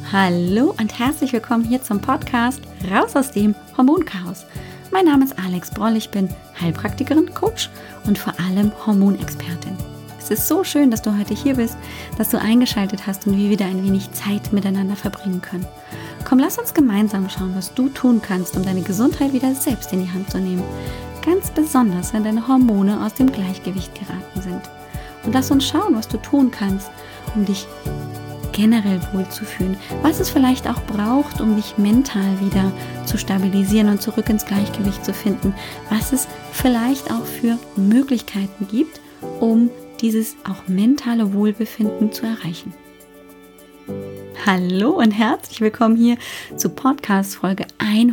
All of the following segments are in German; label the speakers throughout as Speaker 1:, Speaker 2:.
Speaker 1: Hallo und herzlich willkommen hier zum Podcast Raus aus dem Hormonchaos. Mein Name ist Alex Broll, ich bin Heilpraktikerin, Coach und vor allem Hormonexpertin. Es ist so schön, dass du heute hier bist, dass du eingeschaltet hast und wir wieder ein wenig Zeit miteinander verbringen können. Komm, lass uns gemeinsam schauen, was du tun kannst, um deine Gesundheit wieder selbst in die Hand zu nehmen. Ganz besonders, wenn deine Hormone aus dem Gleichgewicht geraten sind. Und lass uns schauen, was du tun kannst, um dich generell wohlzufühlen, was es vielleicht auch braucht, um dich mental wieder zu stabilisieren und zurück ins Gleichgewicht zu finden, was es vielleicht auch für Möglichkeiten gibt, um dieses auch mentale Wohlbefinden zu erreichen. Hallo und herzlich willkommen hier zu Podcast Folge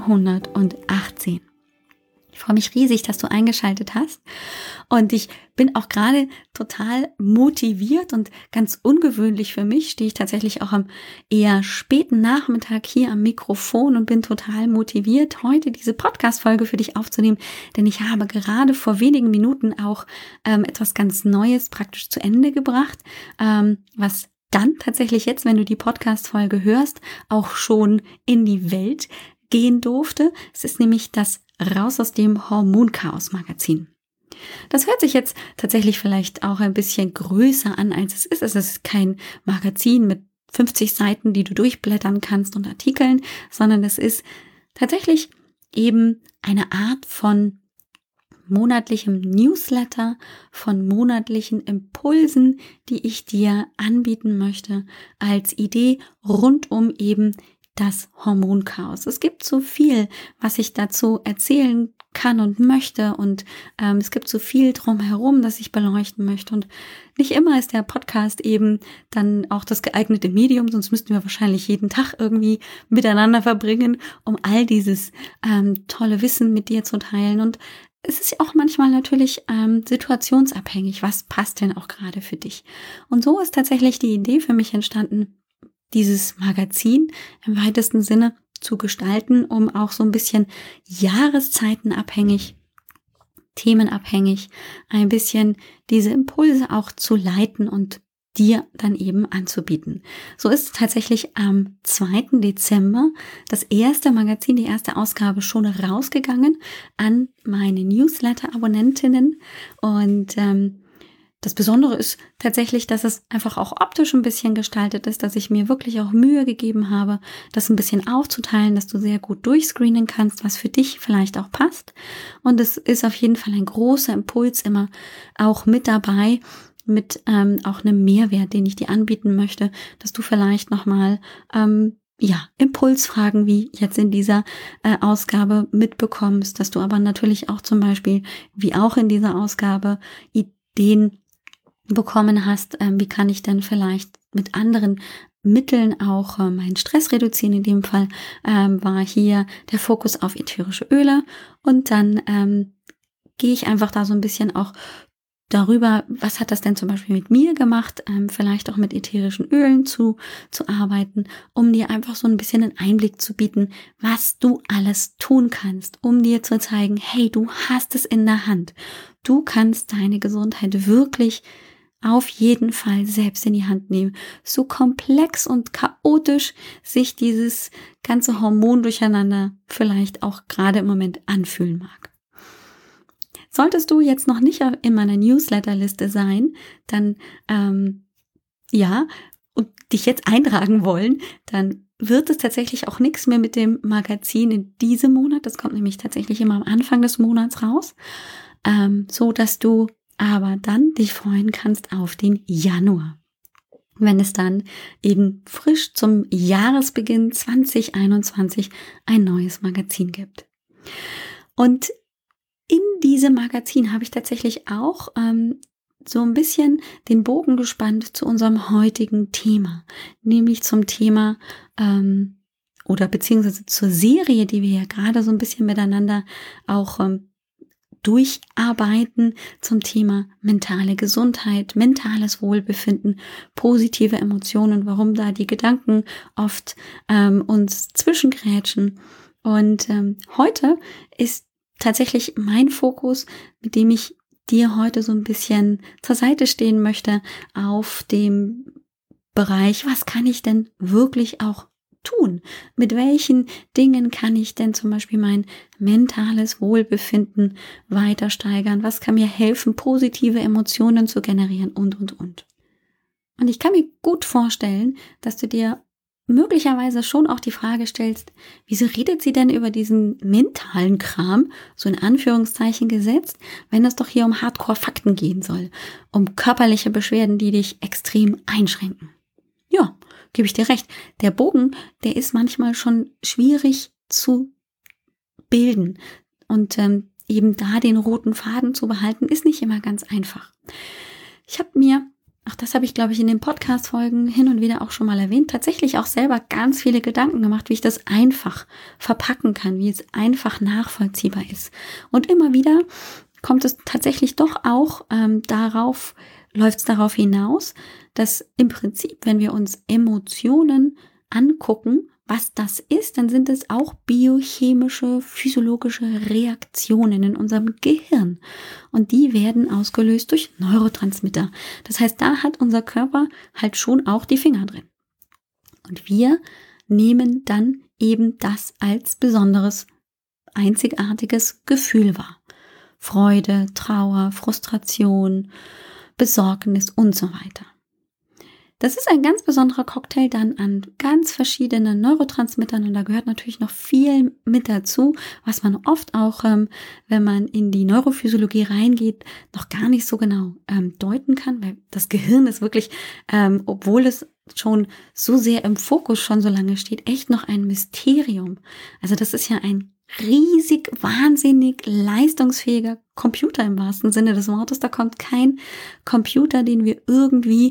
Speaker 1: 118. Ich freue mich riesig, dass du eingeschaltet hast und ich bin auch gerade total motiviert und ganz ungewöhnlich für mich, stehe ich tatsächlich auch am eher späten Nachmittag hier am Mikrofon und bin total motiviert, heute diese Podcast-Folge für dich aufzunehmen, denn ich habe gerade vor wenigen Minuten auch etwas ganz Neues praktisch zu Ende gebracht, was dann tatsächlich jetzt, wenn du die Podcast-Folge hörst, auch schon in die Welt gehen durfte. Es ist nämlich das Raus aus dem Hormonchaos-Magazin. Das hört sich jetzt tatsächlich vielleicht auch ein bisschen größer an, als es ist. Es ist kein Magazin mit 50 Seiten, die du durchblättern kannst und Artikeln, sondern es ist tatsächlich eben eine Art von monatlichem Newsletter, von monatlichen Impulsen, die ich dir anbieten möchte, als Idee rund um eben das Hormonchaos. Es gibt so viel, was ich dazu erzählen kann und möchte und es gibt so viel drumherum, das ich beleuchten möchte und nicht immer ist der Podcast eben dann auch das geeignete Medium, sonst müssten wir wahrscheinlich jeden Tag irgendwie miteinander verbringen, um all dieses tolle Wissen mit dir zu teilen und es ist auch manchmal natürlich situationsabhängig, was passt denn auch gerade für dich. Und so ist tatsächlich die Idee für mich entstanden, dieses Magazin im weitesten Sinne zu gestalten, um auch so ein bisschen jahreszeitenabhängig, themenabhängig, ein bisschen diese Impulse auch zu leiten und dir dann eben anzubieten. So ist tatsächlich am 2. Dezember das erste Magazin, die erste Ausgabe schon rausgegangen an meine Newsletter-Abonnentinnen und das Besondere ist tatsächlich, dass es einfach auch optisch ein bisschen gestaltet ist, dass ich mir wirklich auch Mühe gegeben habe, das ein bisschen aufzuteilen, dass du sehr gut durchscreenen kannst, was für dich vielleicht auch passt. Und es ist auf jeden Fall ein großer Impuls immer auch mit dabei, mit auch einem Mehrwert, den ich dir anbieten möchte, dass du vielleicht nochmal Impulsfragen wie jetzt in dieser Ausgabe mitbekommst, dass du aber natürlich auch zum Beispiel, wie auch in dieser Ausgabe, Ideen bekommen hast, wie kann ich denn vielleicht mit anderen Mitteln auch meinen Stress reduzieren. In dem Fall war hier der Fokus auf ätherische Öle und dann gehe ich einfach da so ein bisschen auch darüber, was hat das denn zum Beispiel mit mir gemacht, vielleicht auch mit ätherischen Ölen zu arbeiten, um dir einfach so ein bisschen einen Einblick zu bieten, was du alles tun kannst, um dir zu zeigen, hey, du hast es in der Hand. Du kannst deine Gesundheit wirklich auf jeden Fall selbst in die Hand nehmen. So komplex und chaotisch sich dieses ganze Hormondurcheinander vielleicht auch gerade im Moment anfühlen mag. Solltest du jetzt noch nicht in meiner Newsletterliste sein, dann und dich jetzt eintragen wollen, dann wird es tatsächlich auch nichts mehr mit dem Magazin in diesem Monat. Das kommt nämlich tatsächlich immer am Anfang des Monats raus, so dass du aber dann dich freuen kannst auf den Januar, wenn es dann eben frisch zum Jahresbeginn 2021 ein neues Magazin gibt. Und in diesem Magazin habe ich tatsächlich auch so ein bisschen den Bogen gespannt zu unserem heutigen Thema, nämlich zum Thema oder beziehungsweise zur Serie, die wir ja gerade so ein bisschen miteinander auch durcharbeiten zum Thema mentale Gesundheit, mentales Wohlbefinden, positive Emotionen, warum da die Gedanken oft uns zwischengrätschen. Und heute ist tatsächlich mein Fokus, mit dem ich dir heute so ein bisschen zur Seite stehen möchte, auf dem Bereich, was kann ich denn wirklich auch tun? Mit welchen Dingen kann ich denn zum Beispiel mein mentales Wohlbefinden weiter steigern? Was kann mir helfen, positive Emotionen zu generieren und. Und ich kann mir gut vorstellen, dass du dir möglicherweise schon auch die Frage stellst, wieso redet sie denn über diesen mentalen Kram, so in Anführungszeichen gesetzt, wenn es doch hier um Hardcore-Fakten gehen soll, um körperliche Beschwerden, die dich extrem einschränken. Ja, gebe ich dir recht. Der Bogen, der ist manchmal schon schwierig zu bilden und eben da den roten Faden zu behalten, ist nicht immer ganz einfach. Ich habe mir, das habe ich, glaube ich, in den Podcast-Folgen hin und wieder auch schon mal erwähnt, tatsächlich auch selber ganz viele Gedanken gemacht, wie ich das einfach verpacken kann, wie es einfach nachvollziehbar ist. Und immer wieder kommt es tatsächlich doch auch läuft es darauf hinaus, dass im Prinzip, wenn wir uns Emotionen angucken, was das ist, dann sind es auch biochemische, physiologische Reaktionen in unserem Gehirn. Und die werden ausgelöst durch Neurotransmitter. Das heißt, da hat unser Körper halt schon auch die Finger drin. Und wir nehmen dann eben das als besonderes, einzigartiges Gefühl wahr. Freude, Trauer, Frustration, Besorgnis und so weiter. Das ist ein ganz besonderer Cocktail dann an ganz verschiedenen Neurotransmittern und da gehört natürlich noch viel mit dazu, was man oft auch, wenn man in die Neurophysiologie reingeht, noch gar nicht so genau deuten kann, weil das Gehirn ist wirklich, obwohl es schon so sehr im Fokus schon so lange steht, echt noch ein Mysterium. Also das ist ja ein riesig, wahnsinnig leistungsfähiger Computer im wahrsten Sinne des Wortes. Da kommt kein Computer, den wir irgendwie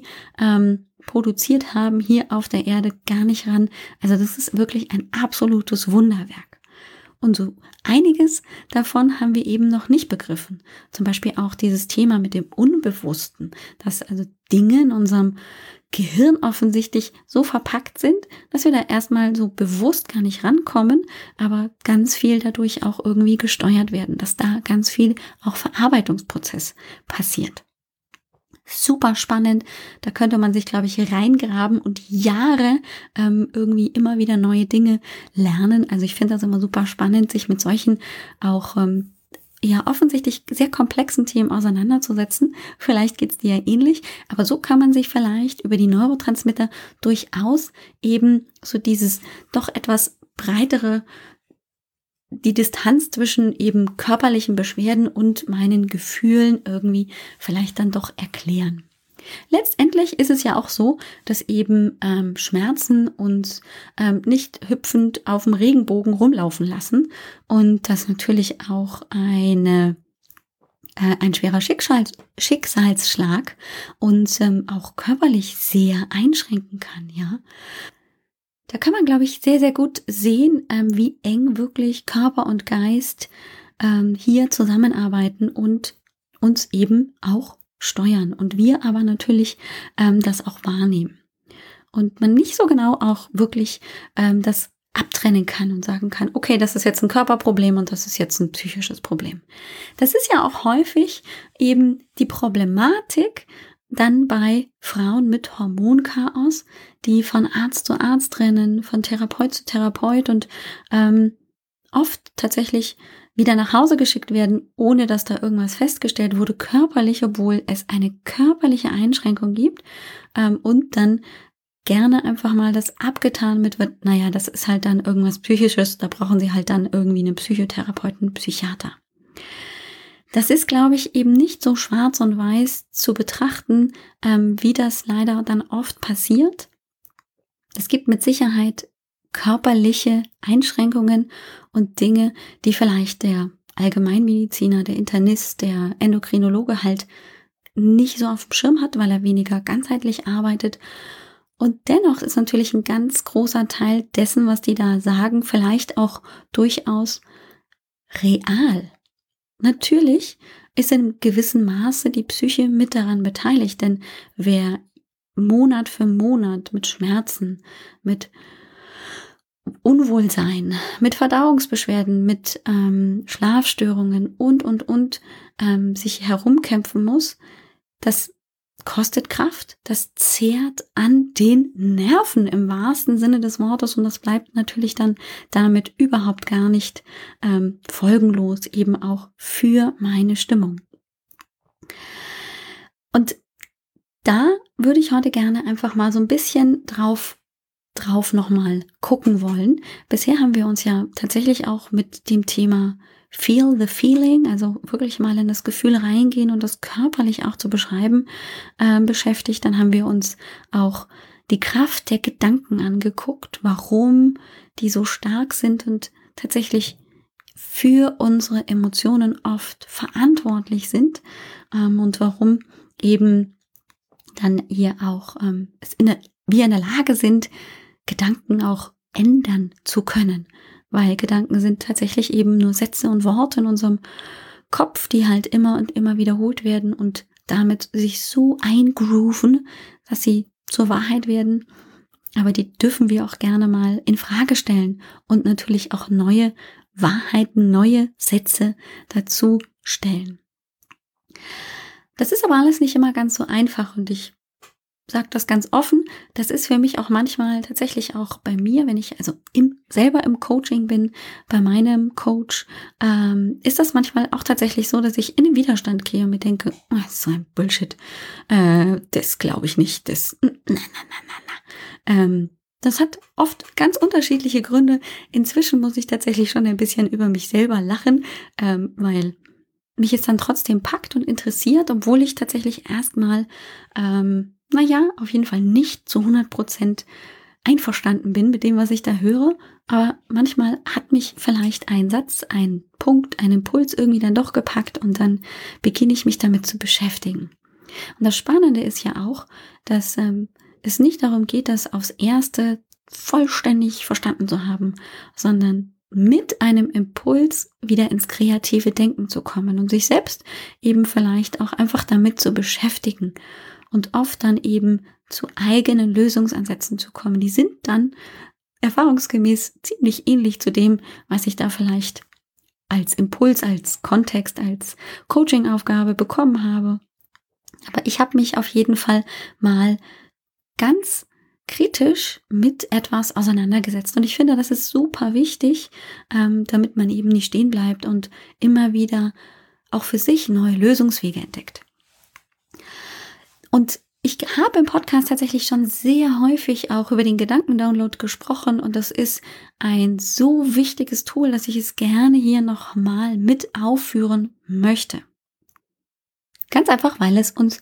Speaker 1: produziert haben, hier auf der Erde gar nicht ran. Also das ist wirklich ein absolutes Wunderwerk. Und so einiges davon haben wir eben noch nicht begriffen. Zum Beispiel auch dieses Thema mit dem Unbewussten, dass also Dinge in unserem Gehirn offensichtlich so verpackt sind, dass wir da erstmal so bewusst gar nicht rankommen, aber ganz viel dadurch auch irgendwie gesteuert werden, dass da ganz viel auch Verarbeitungsprozess passiert. Super spannend, da könnte man sich, glaube ich, reingraben und Jahre irgendwie immer wieder neue Dinge lernen. Also ich finde das immer super spannend, sich mit solchen auch offensichtlich sehr komplexen Themen auseinanderzusetzen. Vielleicht geht's dir ja ähnlich, aber so kann man sich vielleicht über die Neurotransmitter durchaus eben so dieses doch etwas breitere, die Distanz zwischen eben körperlichen Beschwerden und meinen Gefühlen irgendwie vielleicht dann doch erklären. Letztendlich ist es ja auch so, dass eben Schmerzen uns nicht hüpfend auf dem Regenbogen rumlaufen lassen und dass natürlich auch ein schwerer Schicksalsschlag uns auch körperlich sehr einschränken kann, ja. Da kann man, glaube ich, sehr, sehr gut sehen, wie eng wirklich Körper und Geist hier zusammenarbeiten und uns eben auch steuern. Und wir aber natürlich das auch wahrnehmen. Und man nicht so genau auch wirklich das abtrennen kann und sagen kann, okay, das ist jetzt ein Körperproblem und das ist jetzt ein psychisches Problem. Das ist ja auch häufig eben die Problematik, dann bei Frauen mit Hormonchaos, die von Arzt zu Arzt rennen, von Therapeut zu Therapeut und oft tatsächlich wieder nach Hause geschickt werden, ohne dass da irgendwas festgestellt wurde, körperlich, obwohl es eine körperliche Einschränkung gibt und dann gerne einfach mal das abgetan wird, naja, das ist halt dann irgendwas Psychisches, da brauchen sie halt dann irgendwie einen Psychotherapeuten, einen Psychiater. Das ist, glaube ich, eben nicht so schwarz und weiß zu betrachten, wie das leider dann oft passiert. Es gibt mit Sicherheit körperliche Einschränkungen und Dinge, die vielleicht der Allgemeinmediziner, der Internist, der Endokrinologe halt nicht so auf dem Schirm hat, weil er weniger ganzheitlich arbeitet. Und dennoch ist natürlich ein ganz großer Teil dessen, was die da sagen, vielleicht auch durchaus real. Natürlich ist in gewissem Maße die Psyche mit daran beteiligt, denn wer Monat für Monat mit Schmerzen, mit Unwohlsein, mit Verdauungsbeschwerden, mit Schlafstörungen und sich herumkämpfen muss, das kostet Kraft, das zehrt an den Nerven im wahrsten Sinne des Wortes und das bleibt natürlich dann damit überhaupt gar nicht folgenlos, eben auch für meine Stimmung. Und da würde ich heute gerne einfach mal so ein bisschen drauf nochmal gucken wollen. Bisher haben wir uns ja tatsächlich auch mit dem Thema Feel the Feeling, also wirklich mal in das Gefühl reingehen und das körperlich auch zu beschreiben, beschäftigt. Dann haben wir uns auch die Kraft der Gedanken angeguckt, warum die so stark sind und tatsächlich für unsere Emotionen oft verantwortlich sind und warum eben dann hier auch wir in der Lage sind, Gedanken auch ändern zu können. Weil Gedanken sind tatsächlich eben nur Sätze und Worte in unserem Kopf, die halt immer und immer wiederholt werden und damit sich so eingrooven, dass sie zur Wahrheit werden. Aber die dürfen wir auch gerne mal in Frage stellen und natürlich auch neue Wahrheiten, neue Sätze dazu stellen. Das ist aber alles nicht immer ganz so einfach und ich sage das ganz offen, das ist für mich auch manchmal tatsächlich auch bei mir, wenn ich also selber im Coaching bin, bei meinem Coach, ist das manchmal auch tatsächlich so, dass ich in den Widerstand gehe und mir denke, oh, das ist so ein Bullshit, das glaube ich nicht, das hat oft ganz unterschiedliche Gründe. Inzwischen muss ich tatsächlich schon ein bisschen über mich selber lachen, weil mich es dann trotzdem packt und interessiert, obwohl ich tatsächlich erstmal auf jeden Fall nicht zu 100% einverstanden bin mit dem, was ich da höre. Aber manchmal hat mich vielleicht ein Satz, ein Punkt, ein Impuls irgendwie dann doch gepackt und dann beginne ich mich damit zu beschäftigen. Und das Spannende ist ja auch, dass es nicht darum geht, das aufs Erste vollständig verstanden zu haben, sondern mit einem Impuls wieder ins kreative Denken zu kommen und sich selbst eben vielleicht auch einfach damit zu beschäftigen und oft dann eben zu eigenen Lösungsansätzen zu kommen. Die sind dann erfahrungsgemäß ziemlich ähnlich zu dem, was ich da vielleicht als Impuls, als Kontext, als Coaching-Aufgabe bekommen habe. Aber ich habe mich auf jeden Fall mal ganz kritisch mit etwas auseinandergesetzt. Und ich finde, das ist super wichtig, damit man eben nicht stehen bleibt und immer wieder auch für sich neue Lösungswege entdeckt. Und ich habe im Podcast tatsächlich schon sehr häufig auch über den Gedankendownload gesprochen und das ist ein so wichtiges Tool, dass ich es gerne hier nochmal mit aufführen möchte. Ganz einfach, weil es uns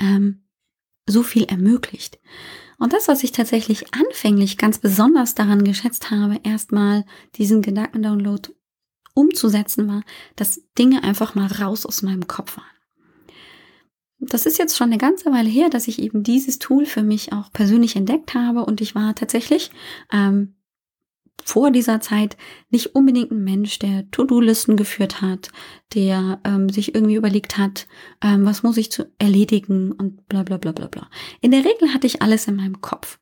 Speaker 1: so viel ermöglicht. Und das, was ich tatsächlich anfänglich ganz besonders daran geschätzt habe, erstmal diesen Gedankendownload umzusetzen, war, dass Dinge einfach mal raus aus meinem Kopf waren. Das ist jetzt schon eine ganze Weile her, dass ich eben dieses Tool für mich auch persönlich entdeckt habe und ich war tatsächlich vor dieser Zeit nicht unbedingt ein Mensch, der To-Do-Listen geführt hat, der sich irgendwie überlegt hat, was muss ich zu erledigen und bla bla bla bla bla. In der Regel hatte ich alles in meinem Kopf.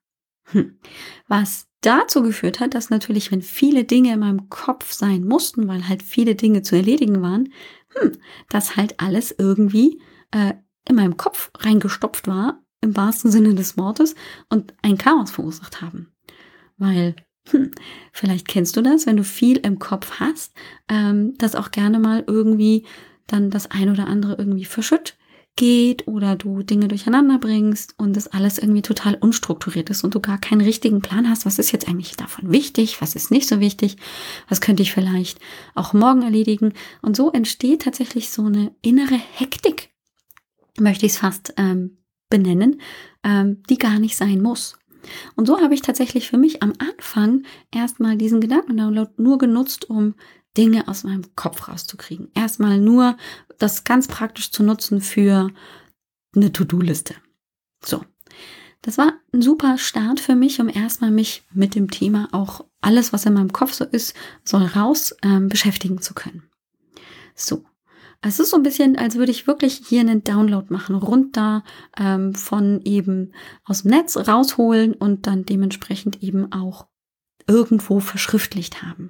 Speaker 1: Was dazu geführt hat, dass natürlich, wenn viele Dinge in meinem Kopf sein mussten, weil halt viele Dinge zu erledigen waren, dass halt alles irgendwie in meinem Kopf reingestopft war, im wahrsten Sinne des Wortes, und ein Chaos verursacht haben. Weil, vielleicht kennst du das, wenn du viel im Kopf hast, dass auch gerne mal irgendwie dann das ein oder andere irgendwie verschütt geht oder du Dinge durcheinander bringst und das alles irgendwie total unstrukturiert ist und du gar keinen richtigen Plan hast, was ist jetzt eigentlich davon wichtig, was ist nicht so wichtig, was könnte ich vielleicht auch morgen erledigen. Und so entsteht tatsächlich so eine innere Hektik, möchte ich es fast benennen, die gar nicht sein muss. Und so habe ich tatsächlich für mich am Anfang erstmal diesen Gedankendownload nur genutzt, um Dinge aus meinem Kopf rauszukriegen. Erstmal nur das ganz praktisch zu nutzen für eine To-Do-Liste. So, das war ein super Start für mich, um erstmal mich mit dem Thema auch alles, was in meinem Kopf so ist, soll raus beschäftigen zu können. So. Es ist so ein bisschen, als würde ich wirklich hier einen Download machen, runter von eben aus dem Netz rausholen und dann dementsprechend eben auch irgendwo verschriftlicht haben.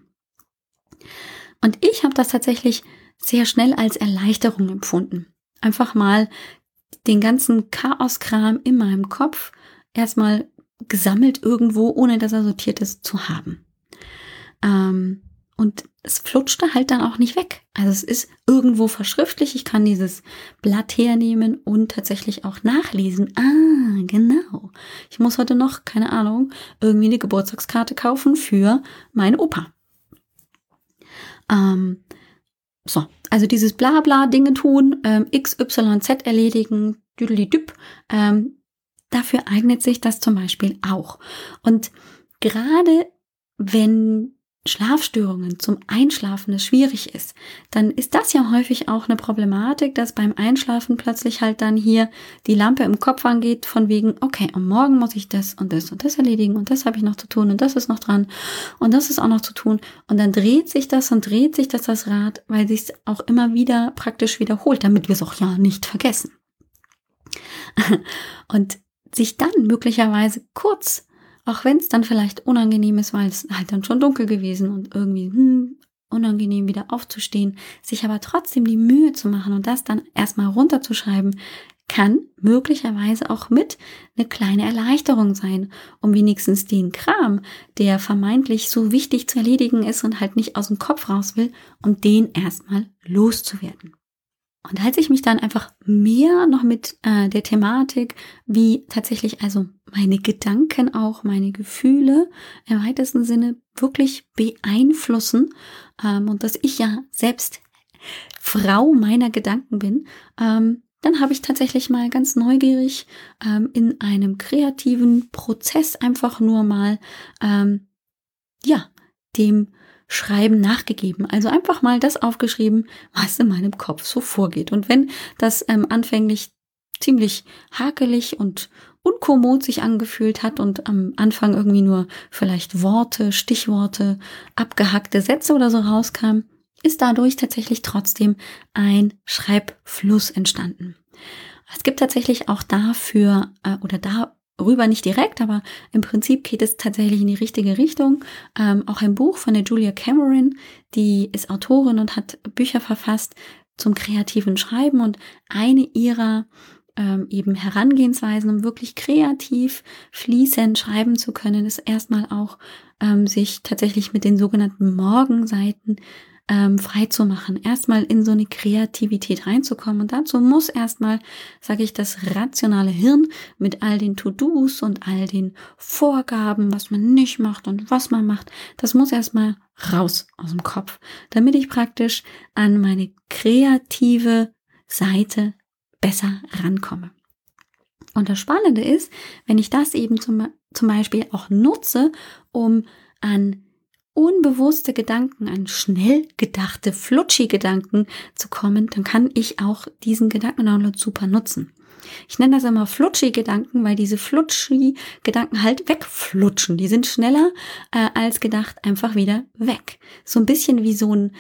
Speaker 1: Und ich habe das tatsächlich sehr schnell als Erleichterung empfunden. Einfach mal den ganzen Chaoskram in meinem Kopf erstmal gesammelt irgendwo, ohne dass er sortiert ist, zu haben. Und es flutschte halt dann auch nicht weg. Also es ist irgendwo verschriftlich. Ich kann dieses Blatt hernehmen und tatsächlich auch nachlesen. Ah, genau. Ich muss heute noch, keine Ahnung, irgendwie eine Geburtstagskarte kaufen für meinen Opa. So, also dieses Blabla Dinge tun, X, Y, Z erledigen, düdelidüpp, dafür eignet sich das zum Beispiel auch. Und gerade wenn Schlafstörungen zum Einschlafen schwierig ist, dann ist das ja häufig auch eine Problematik, dass beim Einschlafen plötzlich halt dann hier die Lampe im Kopf angeht von wegen, okay, am Morgen muss ich das und das erledigen und das habe ich noch zu tun und das ist noch dran und das ist auch noch zu tun und dann dreht sich das Rad, weil sich es auch immer wieder praktisch wiederholt, damit wir es auch ja nicht vergessen. Und sich dann möglicherweise kurz, auch wenn es dann vielleicht unangenehm ist, weil es halt dann schon dunkel gewesen und irgendwie unangenehm wieder aufzustehen, sich aber trotzdem die Mühe zu machen und das dann erstmal runterzuschreiben, kann möglicherweise auch mit eine kleine Erleichterung sein, um wenigstens den Kram, der vermeintlich so wichtig zu erledigen ist und halt nicht aus dem Kopf raus will, um den erstmal loszuwerden. Und als ich mich dann einfach mehr noch mit der Thematik, wie tatsächlich also meine Gedanken auch, meine Gefühle im weitesten Sinne wirklich beeinflussen und dass ich ja selbst Frau meiner Gedanken bin, dann habe ich tatsächlich mal ganz neugierig in einem kreativen Prozess einfach nur mal dem Schreiben nachgegeben. Also einfach mal das aufgeschrieben, was in meinem Kopf so vorgeht. Und wenn das anfänglich ziemlich hakelig und unkommod sich angefühlt hat und am Anfang irgendwie nur vielleicht Worte, Stichworte, abgehackte Sätze oder so rauskamen, ist dadurch tatsächlich trotzdem ein Schreibfluss entstanden. Es gibt tatsächlich auch dafür darüber nicht direkt, aber im Prinzip geht es tatsächlich in die richtige Richtung. Auch ein Buch von der Julia Cameron, die ist Autorin und hat Bücher verfasst zum kreativen Schreiben und eine ihrer eben Herangehensweisen, um wirklich kreativ fließend schreiben zu können, ist erstmal auch sich tatsächlich mit den sogenannten Morgenseiten frei zu machen, erstmal in so eine Kreativität reinzukommen. Und dazu muss erstmal, sage ich, das rationale Hirn mit all den To-Dos und all den Vorgaben, was man nicht macht und was man macht, das muss erstmal raus aus dem Kopf, damit ich praktisch an meine kreative Seite besser rankomme. Und das Spannende ist, wenn ich das eben zum Beispiel auch nutze, um an unbewusste Gedanken, an schnell gedachte, Flutschi-Gedanken zu kommen, dann kann ich auch diesen Gedankendownload super nutzen. Ich nenne das immer Flutschi-Gedanken, weil diese Flutschi-Gedanken halt wegflutschen. Die sind schneller als gedacht einfach wieder weg. So ein bisschen wie so ein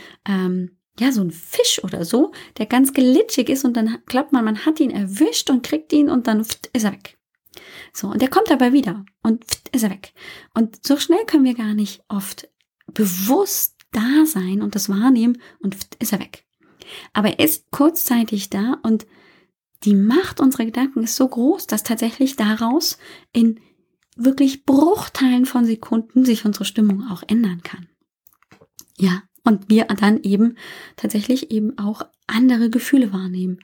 Speaker 1: Fisch oder so, der ganz glitschig ist und dann glaubt man hat ihn erwischt und kriegt ihn und dann ist er weg. So, und der kommt aber wieder und ist er weg. Und so schnell können wir gar nicht oft bewusst da sein und das wahrnehmen und ist er weg. Aber er ist kurzzeitig da und die Macht unserer Gedanken ist so groß, dass tatsächlich daraus in wirklich Bruchteilen von Sekunden sich unsere Stimmung auch ändern kann. Ja, und wir dann eben tatsächlich eben auch andere Gefühle wahrnehmen.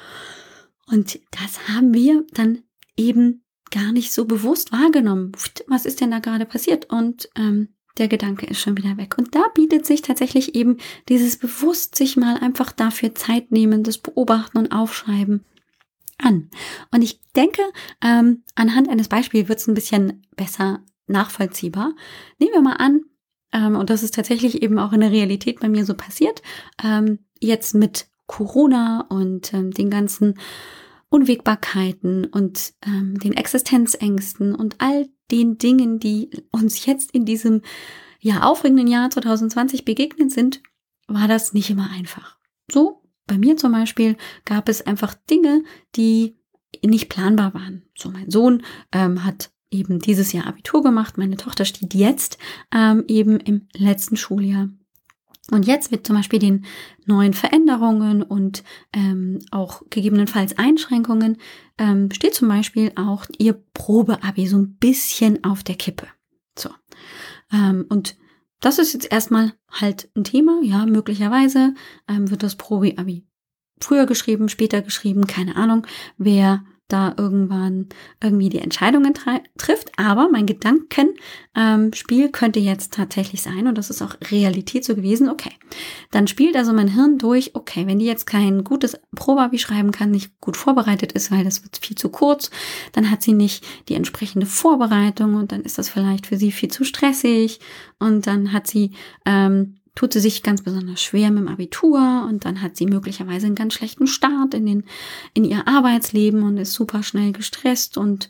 Speaker 1: Und das haben wir dann eben gar nicht so bewusst wahrgenommen. Was ist denn da gerade passiert? Und der Gedanke ist schon wieder weg. Und da bietet sich tatsächlich eben dieses bewusst sich mal einfach dafür Zeit nehmen, das Beobachten und Aufschreiben an. Und ich denke, anhand eines Beispiels wird es ein bisschen besser nachvollziehbar. Nehmen wir mal an, und das ist tatsächlich eben auch in der Realität bei mir so passiert, jetzt mit Corona und den ganzen Unwägbarkeiten und den Existenzängsten und all den Dingen, die uns jetzt in diesem aufregenden Jahr 2020 begegnet sind, war das nicht immer einfach. So, bei mir zum Beispiel gab es einfach Dinge, die nicht planbar waren. So, mein Sohn hat eben dieses Jahr Abitur gemacht, meine Tochter steht jetzt eben im letzten Schuljahr. Und jetzt mit zum Beispiel den neuen Veränderungen und auch gegebenenfalls Einschränkungen steht zum Beispiel auch ihr Probeabi so ein bisschen auf der Kippe. So. Und das ist jetzt erstmal halt ein Thema. Ja, möglicherweise wird das Probeabi früher geschrieben, später geschrieben, keine Ahnung, wer da irgendwann irgendwie die Entscheidungen trifft. Aber mein Gedankenspiel könnte jetzt tatsächlich sein, und das ist auch Realität so gewesen, okay, dann spielt also mein Hirn durch, okay, wenn die jetzt kein gutes Probeabi schreiben kann, nicht gut vorbereitet ist, weil das wird viel zu kurz, dann hat sie nicht die entsprechende Vorbereitung und dann ist das vielleicht für sie viel zu stressig und dann hat sie tut sie sich ganz besonders schwer mit dem Abitur und dann hat sie möglicherweise einen ganz schlechten Start in ihr Arbeitsleben und ist super schnell gestresst und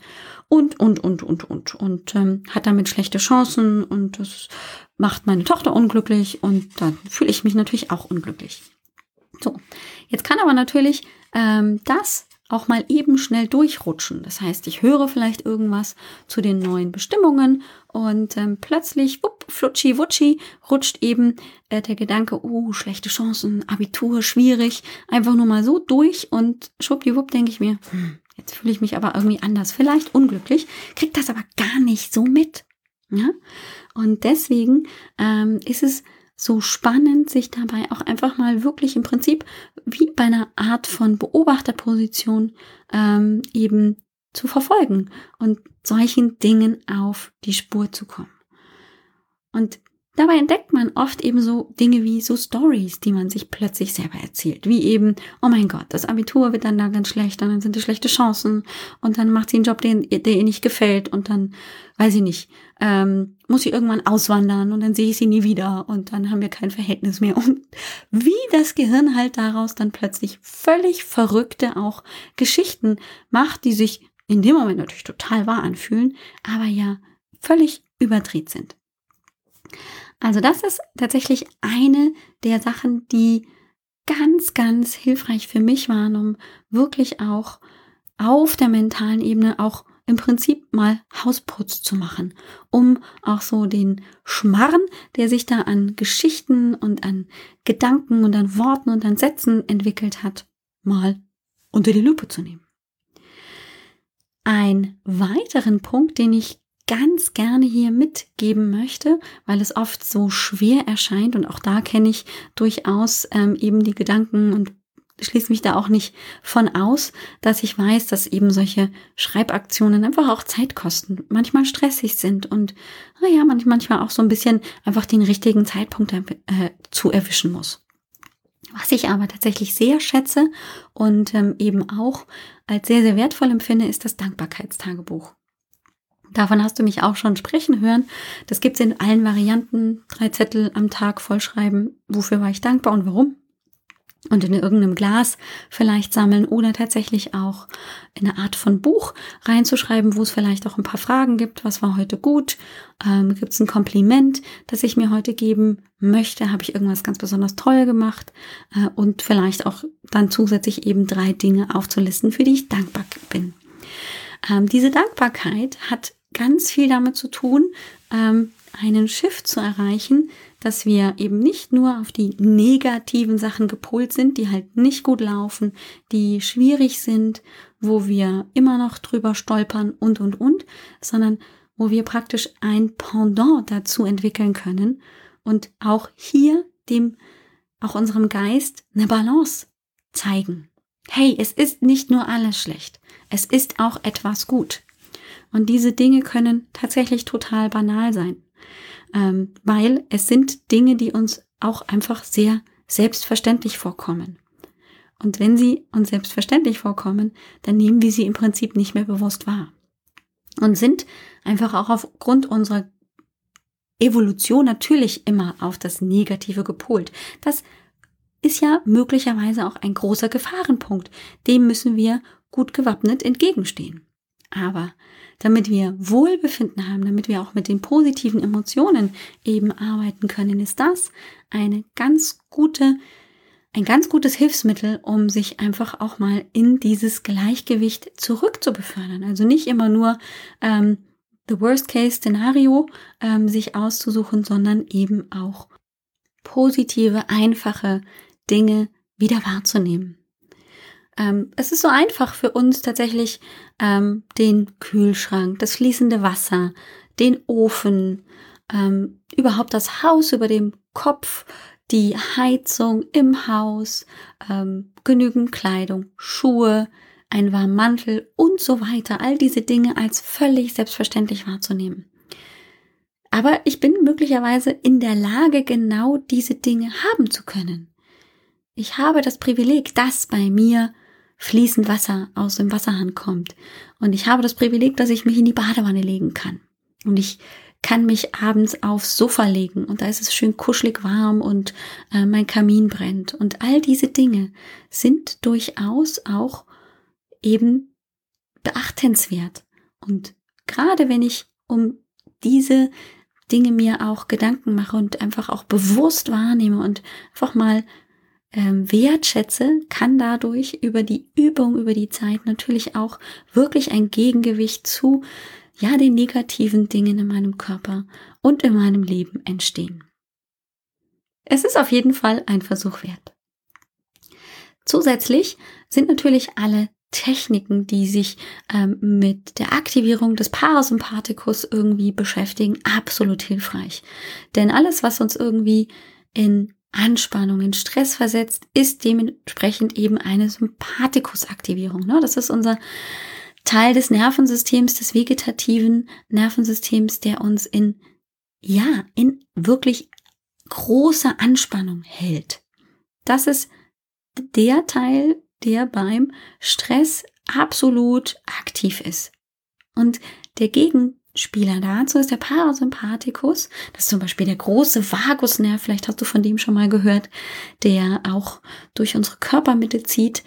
Speaker 1: hat damit schlechte Chancen und das macht meine Tochter unglücklich und dann fühle ich mich natürlich auch unglücklich. So, jetzt kann aber natürlich das auch mal eben schnell durchrutschen. Das heißt, ich höre vielleicht irgendwas zu den neuen Bestimmungen und plötzlich, flutschi-wutschi, rutscht eben der Gedanke, schlechte Chancen, Abitur, schwierig, einfach nur mal so durch und schwuppdiwupp denke ich mir, jetzt fühle ich mich aber irgendwie anders, vielleicht unglücklich, krieg das aber gar nicht so mit. Ja? Und deswegen ist es so spannend, sich dabei auch einfach mal wirklich im Prinzip wie bei einer Art von Beobachterposition eben zu verfolgen und solchen Dingen auf die Spur zu kommen. Und dabei entdeckt man oft eben so Dinge wie so Stories, die man sich plötzlich selber erzählt. Wie eben, oh mein Gott, das Abitur wird dann da ganz schlecht und dann sind es schlechte Chancen und dann macht sie einen Job, der ihr nicht gefällt und dann, weiß ich nicht, muss sie irgendwann auswandern und dann sehe ich sie nie wieder und dann haben wir kein Verhältnis mehr. Und wie das Gehirn halt daraus dann plötzlich völlig verrückte auch Geschichten macht, die sich in dem Moment natürlich total wahr anfühlen, aber ja völlig überdreht sind. Also das ist tatsächlich eine der Sachen, die ganz, ganz hilfreich für mich waren, um wirklich auch auf der mentalen Ebene auch im Prinzip mal Hausputz zu machen, um auch so den Schmarren, der sich da an Geschichten und an Gedanken und an Worten und an Sätzen entwickelt hat, mal unter die Lupe zu nehmen. Ein weiteren Punkt, den ich ganz gerne hier mitgeben möchte, weil es oft so schwer erscheint und auch da kenne ich durchaus eben die Gedanken und schließe mich da auch nicht von aus, dass ich weiß, dass eben solche Schreibaktionen einfach auch Zeit kosten, manchmal stressig sind und manchmal auch so ein bisschen einfach den richtigen Zeitpunkt zu erwischen muss. Was ich aber tatsächlich sehr schätze und eben auch als sehr, sehr wertvoll empfinde, ist das Dankbarkeitstagebuch. Davon hast du mich auch schon sprechen hören. Das gibt es in allen Varianten. 3 Zettel am Tag vollschreiben. Wofür war ich dankbar und warum? Und in irgendeinem Glas vielleicht sammeln oder tatsächlich auch in eine Art von Buch reinzuschreiben, wo es vielleicht auch ein paar Fragen gibt. Was war heute gut? Gibt es ein Kompliment, das ich mir heute geben möchte? Habe ich irgendwas ganz besonders toll gemacht? Und vielleicht auch dann zusätzlich eben 3 Dinge aufzulisten, für die ich dankbar bin. Diese Dankbarkeit hat ganz viel damit zu tun, einen Shift zu erreichen, dass wir eben nicht nur auf die negativen Sachen gepolt sind, die halt nicht gut laufen, die schwierig sind, wo wir immer noch drüber stolpern und, sondern wo wir praktisch ein Pendant dazu entwickeln können und auch hier auch unserem Geist eine Balance zeigen. Hey, es ist nicht nur alles schlecht, es ist auch etwas gut. Und diese Dinge können tatsächlich total banal sein, weil es sind Dinge, die uns auch einfach sehr selbstverständlich vorkommen. Und wenn sie uns selbstverständlich vorkommen, dann nehmen wir sie im Prinzip nicht mehr bewusst wahr und sind einfach auch aufgrund unserer Evolution natürlich immer auf das Negative gepolt. Das ist ja möglicherweise auch ein großer Gefahrenpunkt. Dem müssen wir gut gewappnet entgegenstehen. Aber damit wir Wohlbefinden haben, damit wir auch mit den positiven Emotionen eben arbeiten können, ist das ein ganz gutes Hilfsmittel, um sich einfach auch mal in dieses Gleichgewicht zurückzubefördern. Also nicht immer nur the Worst-Case-Szenario sich auszusuchen, sondern eben auch positive, einfache Dinge wieder wahrzunehmen. Es ist so einfach für uns tatsächlich, den Kühlschrank, das fließende Wasser, den Ofen, überhaupt das Haus über dem Kopf, die Heizung im Haus, genügend Kleidung, Schuhe, einen warmen Mantel und so weiter, all diese Dinge als völlig selbstverständlich wahrzunehmen. Aber ich bin möglicherweise in der Lage, genau diese Dinge haben zu können. Ich habe das Privileg, dass bei mir fließend Wasser aus dem Wasserhahn kommt. Und ich habe das Privileg, dass ich mich in die Badewanne legen kann. Und ich kann mich abends aufs Sofa legen und da ist es schön kuschelig warm und mein Kamin brennt. Und all diese Dinge sind durchaus auch eben beachtenswert. Und gerade wenn ich um diese Dinge mir auch Gedanken mache und einfach auch bewusst wahrnehme und einfach mal wertschätze, kann dadurch über die Übung, über die Zeit natürlich auch wirklich ein Gegengewicht zu den negativen Dingen in meinem Körper und in meinem Leben entstehen. Es ist auf jeden Fall ein Versuch wert. Zusätzlich sind natürlich alle Techniken, die sich mit der Aktivierung des Parasympathikus irgendwie beschäftigen, absolut hilfreich. Denn alles, was uns irgendwie in Anspannung, in Stress versetzt, ist dementsprechend eben eine Sympathikusaktivierung. Das ist unser Teil des Nervensystems, des vegetativen Nervensystems, der uns in wirklich großer Anspannung hält. Das ist der Teil, der beim Stress absolut aktiv ist. Und der Gegenspieler dazu ist der Parasympathikus. Das ist zum Beispiel der große Vagusnerv, vielleicht hast du von dem schon mal gehört, der auch durch unsere Körpermitte zieht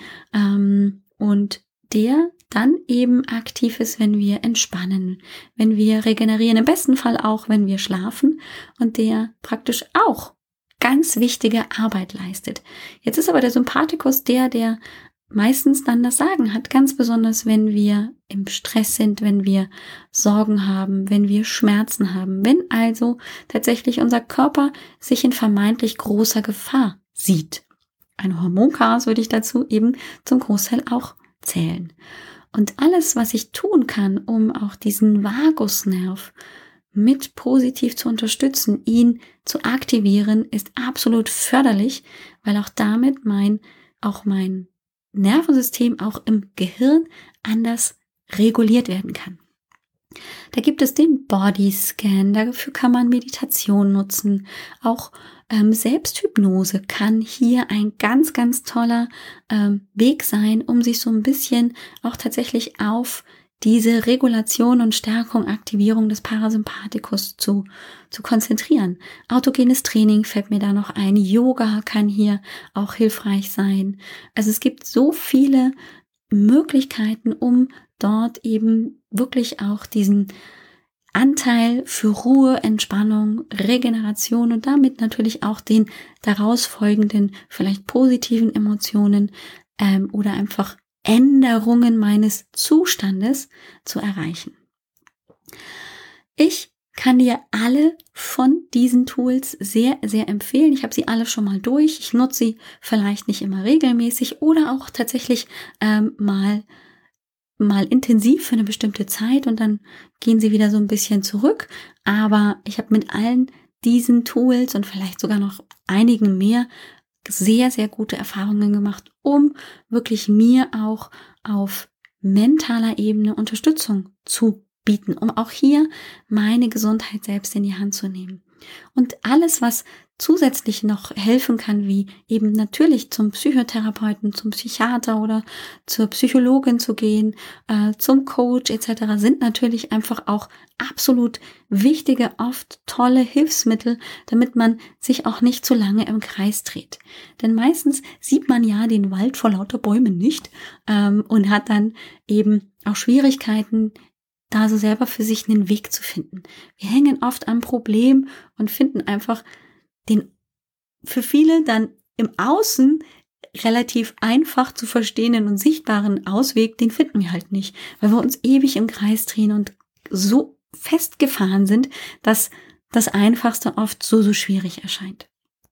Speaker 1: und der dann eben aktiv ist, wenn wir entspannen, wenn wir regenerieren, im besten Fall auch, wenn wir schlafen und der praktisch auch ganz wichtige Arbeit leistet. Jetzt ist aber der Sympathikus der meistens dann das Sagen hat, ganz besonders, wenn wir im Stress sind, wenn wir Sorgen haben, wenn wir Schmerzen haben, wenn also tatsächlich unser Körper sich in vermeintlich großer Gefahr sieht. Ein Hormonchaos würde ich dazu eben zum Großteil auch zählen. Und alles, was ich tun kann, um auch diesen Vagusnerv mit positiv zu unterstützen, ihn zu aktivieren, ist absolut förderlich, weil auch damit mein Nervensystem auch im Gehirn anders reguliert werden kann. Da gibt es den Bodyscan, dafür kann man Meditation nutzen. Auch Selbsthypnose kann hier ein ganz, ganz toller Weg sein, um sich so ein bisschen auch tatsächlich auf diese Regulation und Stärkung, Aktivierung des Parasympathikus zu konzentrieren. Autogenes Training fällt mir da noch ein. Yoga kann hier auch hilfreich sein. Also es gibt so viele Möglichkeiten, um dort eben wirklich auch diesen Anteil für Ruhe, Entspannung, Regeneration und damit natürlich auch den daraus folgenden, vielleicht positiven Emotionen oder einfach Änderungen meines Zustandes zu erreichen. Ich kann dir alle von diesen Tools sehr, sehr empfehlen. Ich habe sie alle schon mal durch. Ich nutze sie vielleicht nicht immer regelmäßig oder auch tatsächlich mal intensiv für eine bestimmte Zeit und dann gehen sie wieder so ein bisschen zurück. Aber ich habe mit allen diesen Tools und vielleicht sogar noch einigen mehr sehr, sehr gute Erfahrungen gemacht, um wirklich mir auch auf mentaler Ebene Unterstützung zu bieten, um auch hier meine Gesundheit selbst in die Hand zu nehmen. Und alles, was zusätzlich noch helfen kann, wie eben natürlich zum Psychotherapeuten, zum Psychiater oder zur Psychologin zu gehen, zum Coach etc., sind natürlich einfach auch absolut wichtige, oft tolle Hilfsmittel, damit man sich auch nicht zu lange im Kreis dreht. Denn meistens sieht man ja den Wald vor lauter Bäumen nicht und hat dann eben auch Schwierigkeiten, da so selber für sich einen Weg zu finden. Wir hängen oft am Problem und finden einfach den für viele dann im Außen relativ einfach zu verstehenden und sichtbaren Ausweg, den finden wir halt nicht, weil wir uns ewig im Kreis drehen und so festgefahren sind, dass das Einfachste oft so schwierig erscheint.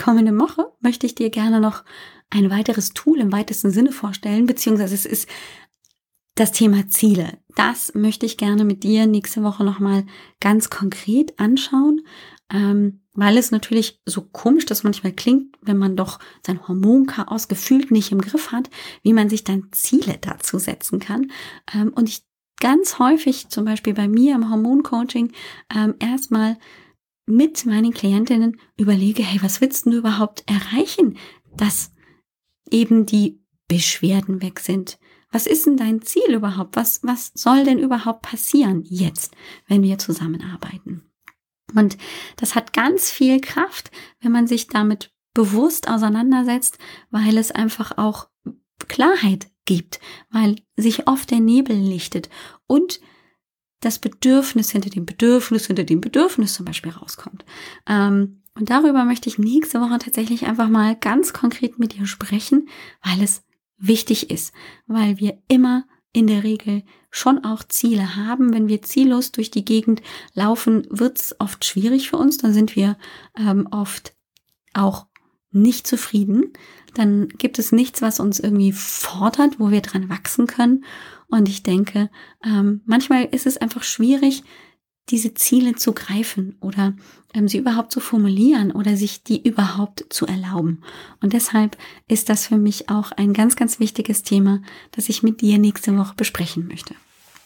Speaker 1: kommende Woche möchte ich dir gerne noch ein weiteres Tool im weitesten Sinne vorstellen, beziehungsweise es ist das Thema Ziele. Das möchte ich gerne mit dir nächste Woche nochmal ganz konkret anschauen, weil es natürlich so komisch das manchmal klingt, wenn man doch sein Hormonchaos gefühlt nicht im Griff hat, wie man sich dann Ziele dazu setzen kann. Und ich ganz häufig, zum Beispiel bei mir im Hormoncoaching, erstmal mit meinen Klientinnen überlege, hey, was willst du überhaupt erreichen, dass eben die Beschwerden weg sind? Was ist denn dein Ziel überhaupt? Was soll denn überhaupt passieren jetzt, wenn wir zusammenarbeiten? Und das hat ganz viel Kraft, wenn man sich damit bewusst auseinandersetzt, weil es einfach auch Klarheit gibt, weil sich oft der Nebel lichtet und das Bedürfnis hinter dem Bedürfnis zum Beispiel rauskommt. Und darüber möchte ich nächste Woche tatsächlich einfach mal ganz konkret mit dir sprechen, weil es wichtig ist, weil wir immer in der Regel schon auch Ziele haben. Wenn wir ziellos durch die Gegend laufen, wird es oft schwierig für uns. Dann sind wir oft auch nicht zufrieden. Dann gibt es nichts, was uns irgendwie fordert, wo wir dran wachsen können. Und ich denke, manchmal ist es einfach schwierig, diese Ziele zu greifen oder sie überhaupt zu formulieren oder sich die überhaupt zu erlauben. Und deshalb ist das für mich auch ein ganz, ganz wichtiges Thema, das ich mit dir nächste Woche besprechen möchte.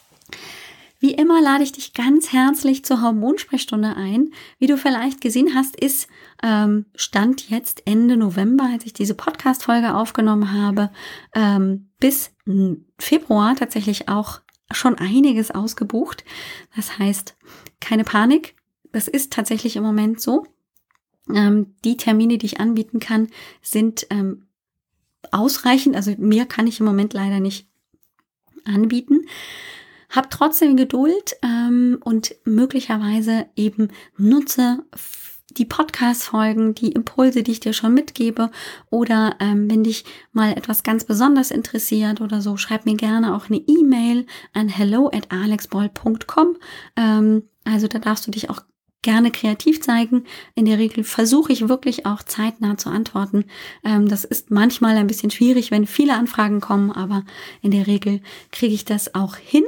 Speaker 1: Wie immer lade ich dich ganz herzlich zur Hormonsprechstunde ein. Wie du vielleicht gesehen hast, ist Stand jetzt Ende November, als ich diese Podcast-Folge aufgenommen habe, bis Februar tatsächlich auch schon einiges ausgebucht. Das heißt, keine Panik. Das ist tatsächlich im Moment so. Die Termine, die ich anbieten kann, sind ausreichend. Also mehr kann ich im Moment leider nicht anbieten. Hab trotzdem Geduld und möglicherweise eben nutze die Podcast-Folgen, die Impulse, die ich dir schon mitgebe, oder wenn dich mal etwas ganz besonders interessiert oder so, schreib mir gerne auch eine E-Mail an hello@alexbroll.com. Also da darfst du dich auch gerne kreativ zeigen. In der Regel versuche ich wirklich auch zeitnah zu antworten. Das ist manchmal ein bisschen schwierig, wenn viele Anfragen kommen, aber in der Regel kriege ich das auch hin.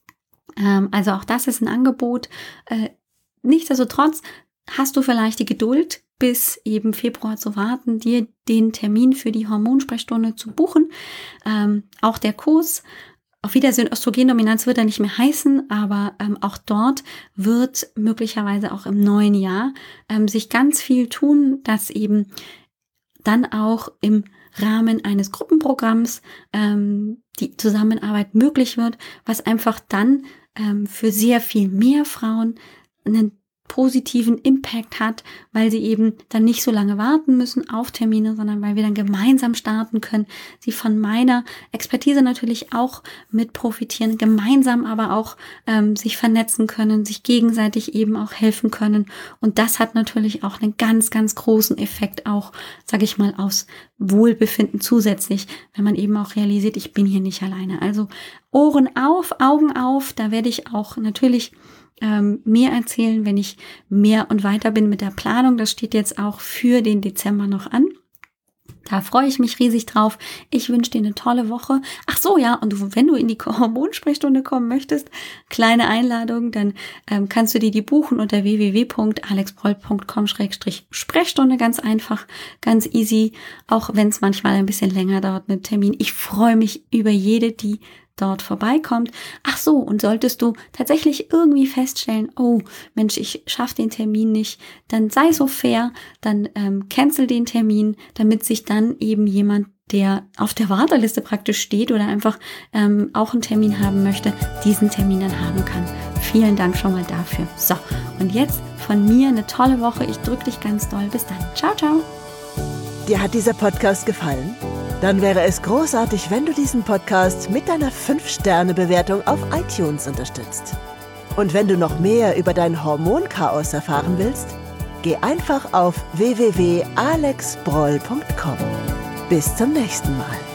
Speaker 1: Also auch das ist ein Angebot. Nichtsdestotrotz hast du vielleicht die Geduld, bis eben Februar zu warten, dir den Termin für die Hormonsprechstunde zu buchen. Auch der Kurs Auf Wiedersehen Östrogendominanz wird er nicht mehr heißen, aber auch dort wird möglicherweise auch im neuen Jahr sich ganz viel tun, dass eben dann auch im Rahmen eines Gruppenprogramms die Zusammenarbeit möglich wird, was einfach dann für sehr viel mehr Frauen einen positiven Impact hat, weil sie eben dann nicht so lange warten müssen auf Termine, sondern weil wir dann gemeinsam starten können, sie von meiner Expertise natürlich auch mit profitieren, gemeinsam aber auch sich vernetzen können, sich gegenseitig eben auch helfen können, und das hat natürlich auch einen ganz, ganz großen Effekt auch, sage ich mal, aufs Wohlbefinden zusätzlich, wenn man eben auch realisiert, ich bin hier nicht alleine. Also Ohren auf, Augen auf, da werde ich auch natürlich mehr erzählen, wenn ich mehr und weiter bin mit der Planung. Das steht jetzt auch für den Dezember noch an. Da freue ich mich riesig drauf. Ich wünsche dir eine tolle Woche. Ach so, ja, und wenn du in die Hormonsprechstunde kommen möchtest, kleine Einladung, dann kannst du dir die buchen unter www.alexbroll.com/Sprechstunde. Ganz einfach, ganz easy, auch wenn es manchmal ein bisschen länger dauert mit Termin. Ich freue mich über jede, die dort vorbeikommt. Ach so, und solltest du tatsächlich irgendwie feststellen, oh Mensch, ich schaffe den Termin nicht, dann sei so fair, dann cancel den Termin, damit sich dann eben jemand, der auf der Warteliste praktisch steht oder einfach auch einen Termin haben möchte, diesen Termin dann haben kann. Vielen Dank schon mal dafür. So, und jetzt von mir eine tolle Woche. Ich drücke dich ganz doll. Bis dann. Ciao, ciao.
Speaker 2: Dir hat dieser Podcast gefallen? Dann wäre es großartig, wenn du diesen Podcast mit deiner 5-Sterne-Bewertung auf iTunes unterstützt. Und wenn du noch mehr über dein Hormonchaos erfahren willst, geh einfach auf www.alexbroll.com. Bis zum nächsten Mal.